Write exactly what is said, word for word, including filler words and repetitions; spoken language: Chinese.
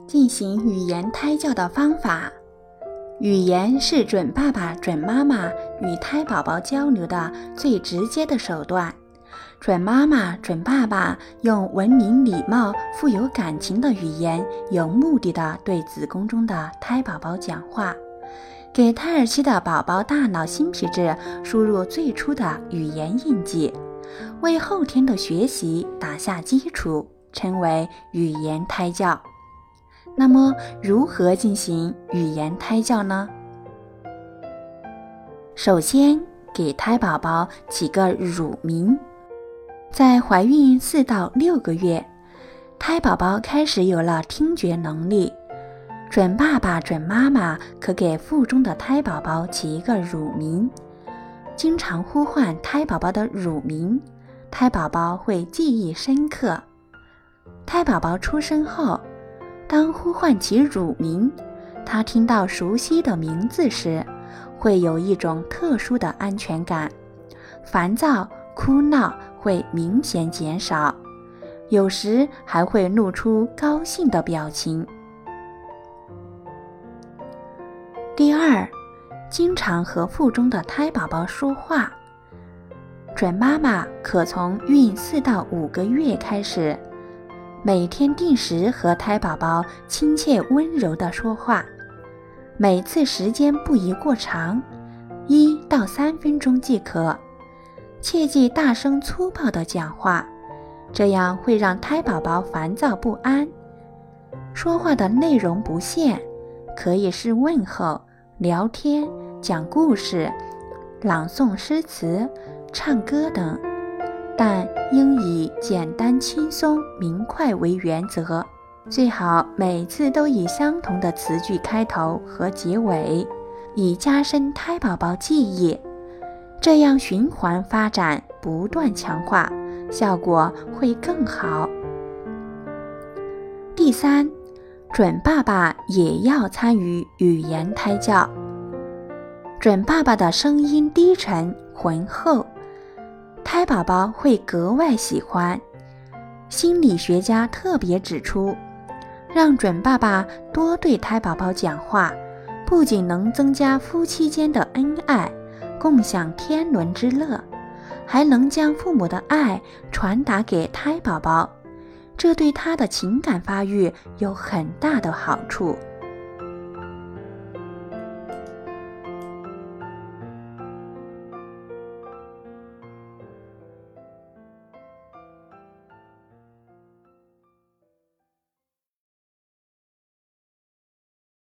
进行语言胎教的方法。语言是准爸爸、准妈妈与胎宝宝交流的最直接的手段。准妈妈、准爸爸用文明、礼貌、富有感情的语言，有目的地对子宫中的胎宝宝讲话，给胎儿期的宝宝大脑新皮质输入最初的语言印记，为后天的学习打下基础，称为语言胎教。那么，如何进行语言胎教呢？首先，给胎宝宝起个乳名。在怀孕四到六个月，胎宝宝开始有了听觉能力，准爸爸、准妈妈可给腹中的胎宝宝起一个乳名，经常呼唤胎宝宝的乳名，胎宝宝会记忆深刻。胎宝宝出生后，当呼唤其乳名，他听到熟悉的名字时，会有一种特殊的安全感，烦躁、哭闹会明显减少，有时还会露出高兴的表情。第二，经常和腹中的胎宝宝说话。准妈妈可从孕四到五个月开始，每天定时和胎宝宝亲切温柔地说话，每次时间不宜过长，一到三分钟即可。切忌大声粗暴地讲话，这样会让胎宝宝烦躁不安。说话的内容不限，可以是问候、聊天、讲故事、朗诵诗词、唱歌等，但应以简单轻松明快为原则，最好每次都以相同的词句开头和结尾，以加深胎宝宝记忆，这样循环发展，不断强化，效果会更好。第三，准爸爸也要参与语言胎教。准爸爸的声音低沉浑厚，胎宝宝会格外喜欢。心理学家特别指出，让准爸爸多对胎宝宝讲话，不仅能增加夫妻间的恩爱，共享天伦之乐，还能将父母的爱传达给胎宝宝，这对他的情感发育有很大的好处。